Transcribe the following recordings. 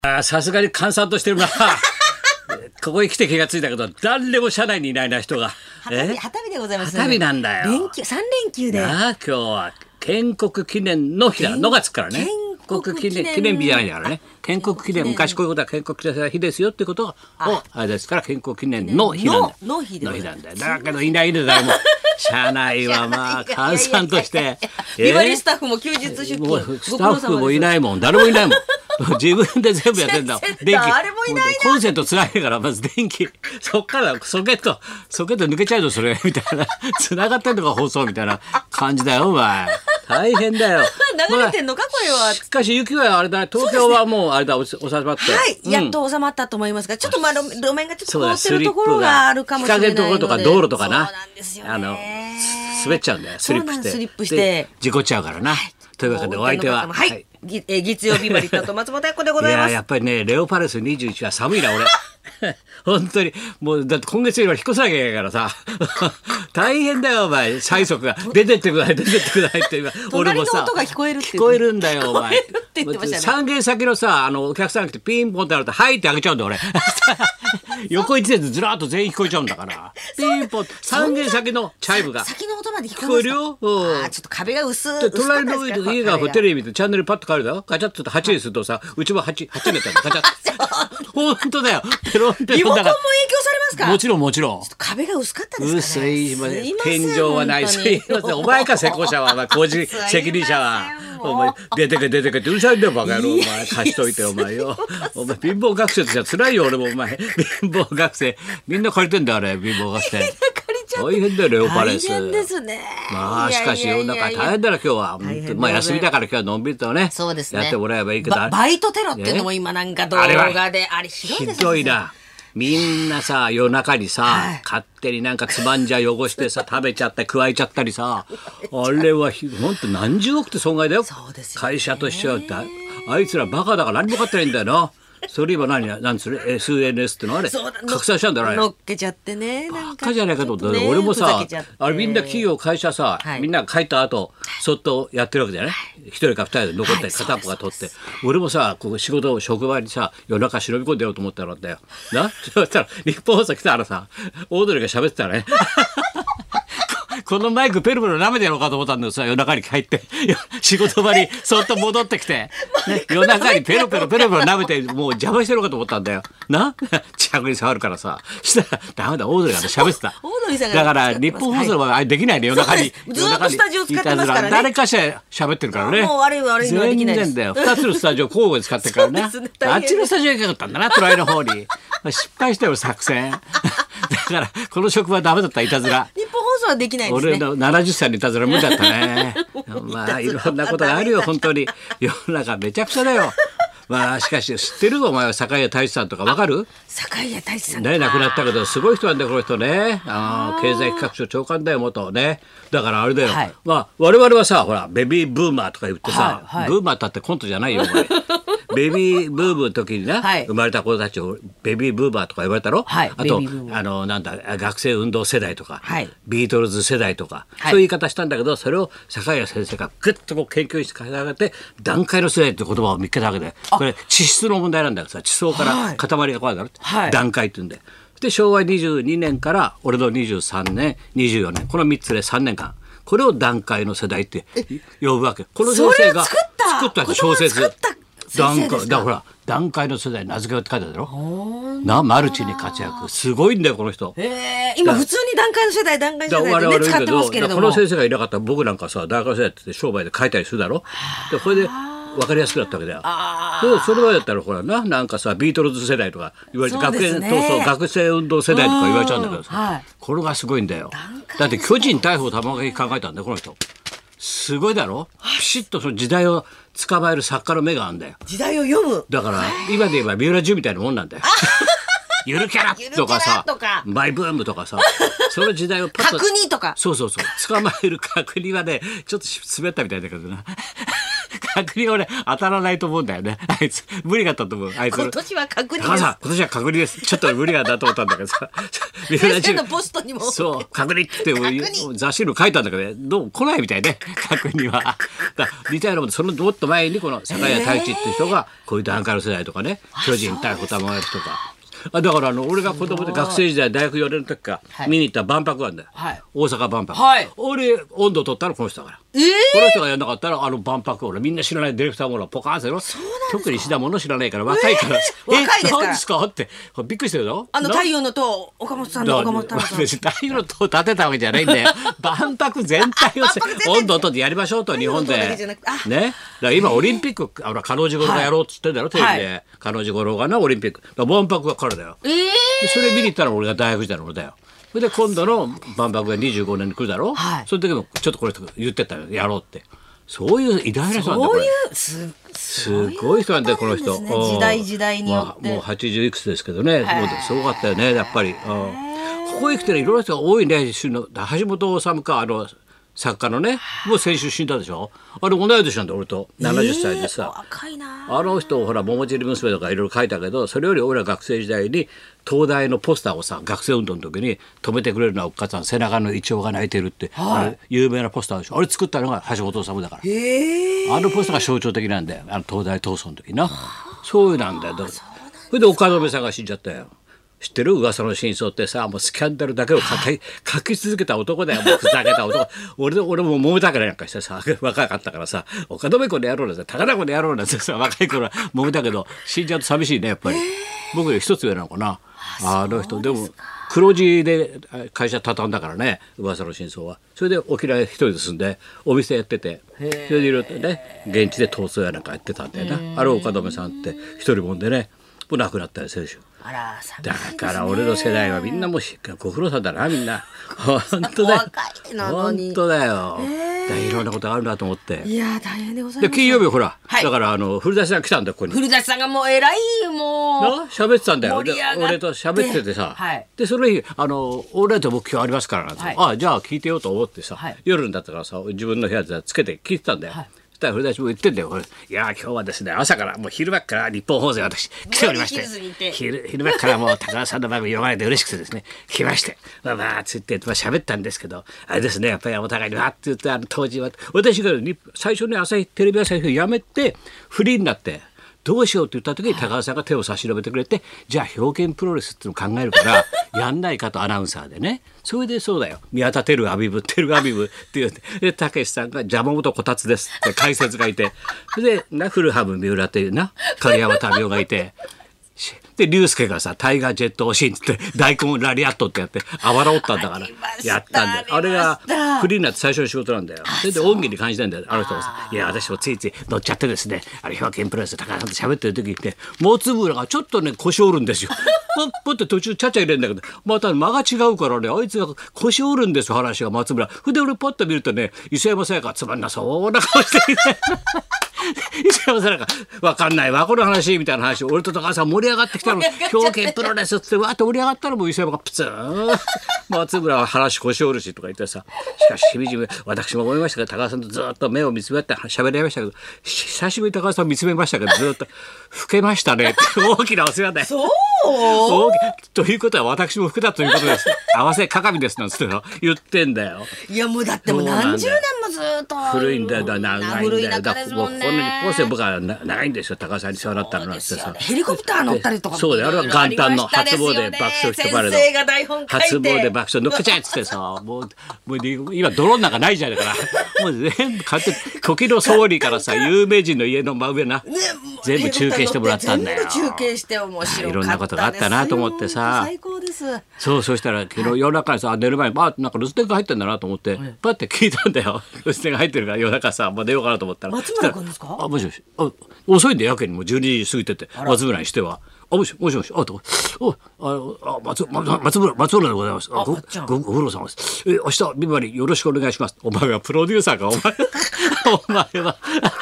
さすがに閑散としてるな。ここに来て気がついたけど、誰も車内にいないな、人が。 旗日でございます。 旗日なんだよ。 3連休で。 今日は建国記念の日だ。の月からね。建国記念日じゃないからね。建国記念、昔こういうことは建国記念の日ですよってことを、あれですから、建国記念の日なんだよ。 の日なんだよ。だけどいないんだよ、もう。車内はまあ、閑散として。 ビバリースタッフも休日出勤。 スタッフもいないもん、誰もいないもん。自分で全部やってんだ。電気。 誰もいないな。 コンセントつないから、まず電気。そっからソケット抜けちゃうぞ、それ。みたいな。繋がってんのか、放送みたいな感じだよ、お前。大変だよ。 流れてんのか、これは。 しかし雪はあれだ、東京はもうあれだ、収まって。 はい、やっと収まったと思いますが、ちょっとまあ路面がちょっと凍ってるところがあるかもしれないので。 日陰のところとか道路とかな。 そうなんですよね。 滑っちゃうんだよ、スリップして。事故っちゃうからな。というわけでお相手は。 はい。月曜日バリットと松本明子でございます。 やっぱりね、レオパレス21は寒いな、俺。本当にもうだって今月よりは引っ越さなきゃいけないからさ大変だよお前催促が出てってくださいって俺もさ聞こえるんだよお前 3 軒先のさお客さんが来てピンポンってなるとはいってあげちゃうんだよ俺横一列ずらっと全員聞こえちゃうんだからピンポン3軒先のチャイムが先の音まで聞こえるよ。 ちょっと壁が薄い隣の家がテレビ見てチャンネルパッと変わるだよガチャッと8にするとさうちも8になっちゃうガチャッ本当だよリモコンも影響されますか。 もちろん壁が薄かったですかね。 薄い天井はないすいませんお前か施工者は工事責任者はお前出てけってうるさいんだよバカ野郎お前貸しといてお前よお前貧乏学生としては辛いよ俺もお前貧乏学生みんな借りてんだよあれ貧乏学生大変だよレオパレス。 大変ですね。 まあしかし世の中大変だよ今日は。まあ休みだから今日はのんびりとね。 そうですね。 やってもらえばいいけど。 バイトテロっていうのも今なんか動画であれひどいですね。 ひどいな。みんなさ夜中にさ、勝手になんかつまんじゃ汚してさ食べちゃったり加えちゃったりさあれは本当何十億って損害だよ。 そうですよね。 会社としてはあいつらバカだから何も分かってないんだよな。それ今何する SNS ってのあれ拡散したんだろあれ乗っけちゃってねバカじゃないかと思った俺もさあれみんな企業会社さ、みんなが帰った後そっとやってるわけじゃない一人か二人で残って片っぽが取って俺もさここ職場にさ夜中忍び込んでやろうと思ったらだよなそしたら日本放送来たらさオードリーが喋ってたねこのマイクペロペロ舐めてやろうかと思ったんだけどさ夜中に帰って仕事場にそっと戻ってきて、ね、夜中にペロペロ舐めてもう邪魔してるかと思ったんだよな近くに触るからさしたらダメだオードリーが喋ってただから日本放送はあれできないね夜中にずっとスタジオ使ってますからね誰かしら喋ってるからねもう悪いのはできないです全然だよ2つのスタジオ交互に使ってるからねあっちのスタジオ行きたかったんだな隣の方に失敗したよ作戦だからこの職場はダメだったいたずら日本放送はできないですね俺の70歳のいたずら無理だったねまあいろんなことがあるよ本当に世の中めちゃくちゃだよまあしかし知ってるお前は坂井太一さんとかわかる坂井太一さんね亡くなったけどすごい人なんだよこの人ね経済企画書長官だよ元ねだからあれだよ、まあ我々はさほらベビーブーマーとか言ってさ、ブーマーだってコントじゃないよお前ベビーブームの時にね、生まれた子たちをベビーブーマーとか言われたろ、あとなんだ学生運動世代とか、ビートルズ世代とか、そういう言い方したんだけどそれを坂井先生がグッとこう研究して上げて段階の世代って言葉を見つけたわけでこれ地質の問題なんだけどさ地層から塊が怖いだろ、段階って言うんでで昭和22年から俺の23年24年この3つで3年間これを段階の世代って呼ぶわけ。この先生が作った小説段階だほら段階の世代名付けようって書いてあるだろなマルチに活躍すごいんだよこの人今普通に段階の世代でね使ってますけれどもこの先生がいなかったら僕なんかさ段階の世代って商売で書いたりするだろでこれで分かりやすくなったわけだよそれはやったらほらなんかさビートルズ世代とか言われて学生運動世代とか言われちゃうんだけどさこれがすごいんだよだって巨人大砲玉垣考えたんだよこの人すごいだろピシッとその時代を捕まえる作家の目があるんだよ時代を読むだから今で言えば三浦淳みたいなもんなんだよゆるキャラとかさマイブームとかさその時代をパッと角煮とかそう捕まえる角煮はねちょっと滑ったみたいだけどな逆に俺当たらないと思うんだよね。あいつ無理だったと思う。あいつ今年は確認です。 高さん今年は確認です。ちょっと無理だなと思ったんだけどさ。 先生のポストにもそう確認って雑誌の書いたんだけど、ね、どうも来ないみたいね確認は。似たようなもんでそのもっと前にこの坂谷太一って人がこういうダンカル世代とかね、巨人対ホタマヤとか。だから俺が子供で学生時代大学4年の時から見に行った万博があるんだよ、はい、大阪万博、はい、俺温度取ったらこの人だから、この人がやんなかったら万博俺みんな知らないディレクターもポカーンするよ。特に石田もの知らないから若いから若いですから何ですかってびっくりしてるぞ。 太陽の塔岡本さんの岡本太郎さん太陽の塔建てたわけじゃないんだよ万博全体を温度を取ってやりましょうと日本でね。だから今オリンピック加納治五郎がやろうって言ってんだろ、テレビで。加納治五郎がなオリンピック万博が彼だよ。それ見に行ったら俺が大学時代の俺だよ。それで今度の万博が25年に来るだろ、はい、その時もちょっとこれ言ってたよやろうって。そういう偉大な人なんだよ。すごい人なんだよこの人。 時代によって、 もう80いくつですけどね、もうすごかったよねやっぱり。ここへ来てねいろんな人が多いね。橋本治か作家のねもう先週死んだでしょ。あれ同い年なんだ俺と70歳でさ、 若いな。 あの人ほら桃尻娘とかいろいろ書いたけど、それより俺ら学生時代に東大のポスターをさ学生運動の時に止めてくれるのはおっかさん背中のイチョウが泣いてるって、あれ有名なポスターでしょ。あれ作ったのが橋本治だから。あのポスターが象徴的なんだよ東大闘争の時な。そういうなんだよ。それで岡留さんが死んじゃったよ。知ってる噂の真相ってさ、もうスキャンダルだけを書き続けた男だよ。もうふざけた男。俺も揉めたからなんかしてさ、若かったからさ、岡留子の野郎なんて高田子の野郎なんてさ、若い頃は揉めたけど死んじゃうと寂しいねやっぱり。僕より一つ上なのかなあの人。でも黒字で会社畳んだからね噂の真相は。それで沖縄一人で住んでお店やってて、それでいろいろね現地で闘争やなんかやってたんだよな。あれ岡留さんって一人もんでねもう亡くなったよ先週。だから俺の世代はみんなもうご苦労さんだなみんな。本当だよ。本当だよ。いろんなことがあるなと思って。 いや大変でございます。 で金曜日ほら、はい、だから古舘さん来たんだよここに。 古舘さんがもう偉いもう喋ってたんだよ。俺と喋っててさ、はい、でその日俺と目標ありますからなんて、はい、じゃあ聞いてようと思ってさ、はい、夜になったからさ自分の部屋でつけて聞いてたんだよ。はい、古舘も言ってんだよ。いや今日はですね朝からもう昼間から日本放送私来ておりまして昼間からもう高田さんの番組読まれて嬉しくてですね来ましてつって喋ったんですけどあれですねやっぱりお互いにわって言って当時は私が最初にテレビ朝日を辞めてフリーになってどうしようって言った時に高田さんが手を差し伸べてくれて、じゃあ表現プロレスっていうのを考えるからやんないかとアナウンサーでね。それでそうだよ宮田テルアビブって言ってでたけしさんが山本こたつですって解説がいて、それでフルハム三浦っていうな影山民生がいて。で竜介がさタイガージェットおしいって大根ラリアットってやってあばらおったんだからやったんだよ。あれがフリーになって最初の仕事なんだよ。それで恩義に感じたんだよあの人がさ。いや私もついつい乗っちゃってですね表現プロレスで高田さんと喋ってる時にね松村がちょっとね腰折るんですよ。ポッて途中ちゃちゃ入れるんだけどまた間が違うからねあいつが腰折るんですよ話が松村。で俺パッと見るとね磯山さやかつまんなそうな顔していて磯山さやか分かんないわこの話みたいな話俺と高田さん盛り上がってきたの表現プロレスってわーって盛り上がったらもう磯山がプツン松村は話腰折るしとか言ってさしかししみじみ私も思いましたけど高田さんとずっと目を見つめ合って喋りましたけど久しぶりに高田さん見つめましたけどずっと老けましたねって大きなお世話だよ。 そうということは私も老けたということです。合わせ鏡ですなんつって言ってんだよ。 いやもうだってもう何十年もずっと古いんだよ長いんだよ。だからこの日本戦僕は長いんですよ高田さんに世話になったのなんてさヘリコプター乗ったりとかそうだよあれは元旦の初詣で爆笑してバレの初詣で爆笑乗っけちゃえっつってさもう今泥の中ないじゃないからもう全部買って時の総理からさ有名人の家の真上な、全部中継してもらったんだよ。 全部中継して面白かったですよ。 いろんなことがあったなと思ってさ最高です。 そうしたら昨日夜中にさ寝る前になんか留守電が入ってんだなと思ってパッて聞いたんだよ。留守電が入ってるから夜中さ寝ようかなと思ったら松村君ですか。 もしもし遅いんでやけにもう12時過ぎてて松村にしてはもしもし松村でございます。ご苦労様です。明日ビバリーよろしくお願いします。お前はプロデューサーかお前は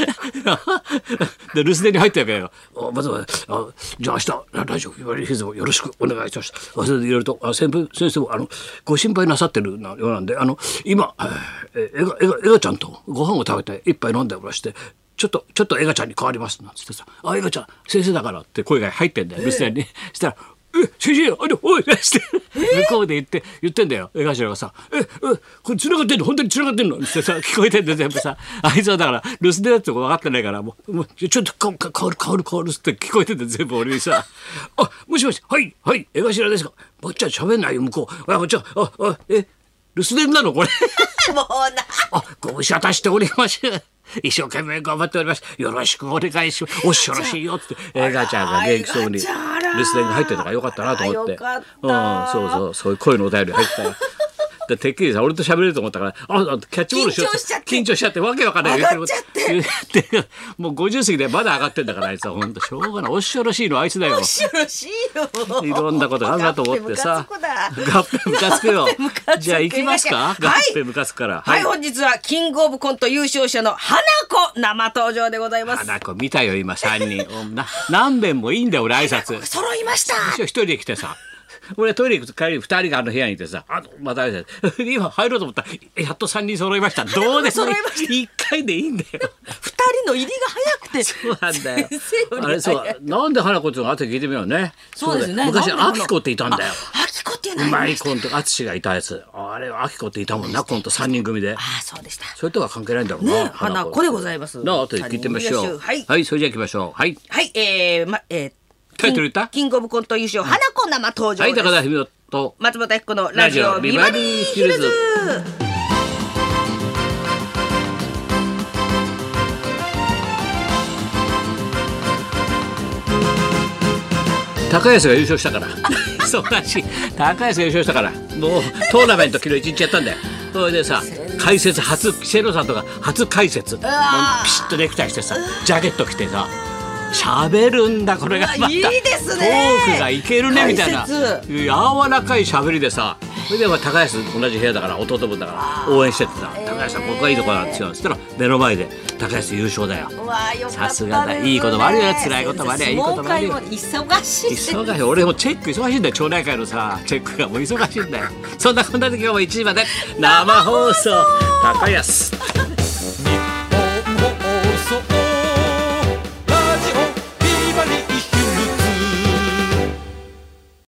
で留守電に入ったわけよ。松村じゃあ明日ラジオビバリーヒルズもよろしくお願いします。それでいろいろと先生もご心配なさってるようなんで今エガちゃんとご飯を食べて一杯飲んでおらしてちょっとエガちゃんに変わりますなんつってさ、エガちゃん先生だからって声が入ってんだよ、留守電に。したら先生おいって向こうで言ってんだよ、江頭がさ、これ繋がってんの、本当に繋がってんのってさ、聞こえてんだよ全部さ。あいつはだから留守電だって分かってないから、もうちょっと変わるって聞こえてんだよ全部俺にさ。もしもし、はい江頭ですか。ばっちゃん喋んないよ向こう。ばっちゃん留守電なのこれ。 もうな。 ご無沙汰しております。一生懸命頑張っております。よろしくお願いします。おっしゃらしいよってエガちゃんが元気そうに留守電が入ってるのがよかったなと思って。そういう声のお便り入ったよ。でてっきりさ俺と喋れると思ったからキャッチボールしようって緊張しちゃってわけわかんない言ってもう50過ぎでまだ上がってんだからあいつは本当しょうがない。おっしゃらしいのあいつだよ。 おっしゃらしいよ。 いろんなことがあるなと思ってさ。合併ムカつくよ。じゃあ行きますか。合併ムカつくから。 はい、本日はキングオブコント優勝者の花子生登場でございます。 花子見たよ今3人。何遍もいいんだよ俺挨拶。 揃いました。 一人で来てさ。俺トイレ行く帰りに2人が部屋にいてさ、また今入ろうと思ったらやっと3人揃いました。どうでもいい1回でいいんだよ。2 人の入りが早くて。 そうなんだよ。あれそうなんで花子っていうの後で聞いてみようね。 そうですね。 昔あきこっていたんだよ。 あきこっていうのうまいコント淳がいたやつ。あれあきこっていたもんなコント3人組で。 そうでした。 それとは関係ないんだろうな。 花子でございます。 後で聞いてみましょう。はいそれじゃあ行きましょう。はいタイトル言ったキングオブコント優勝花子生登場です。 はい高田文夫と松本明子のラジオビバリーヒルズ。 高安が優勝したからそうらしい。高安が優勝したからもうトーナメント昨日1日やったんだよ。それでさ解説瀬野さんとか初解説もうピシッとネクタイしてさジャケット着てさ喋るんだこれがまたいいですね。 トークがいけるねみたいな柔らかい喋りでさ。それで高安同じ部屋だから弟分だから応援しててさ高安さんここがいいとこなんですよっつったら目の前で高安優勝だよ。さすがだ。いいこともあるよ辛いこともあるよいいこともあるよ。 忙しい俺もチェック忙しいんだよ。町内会のさチェックがもう忙しいんだよ。そんなこんなで今日も1時まで生放送高安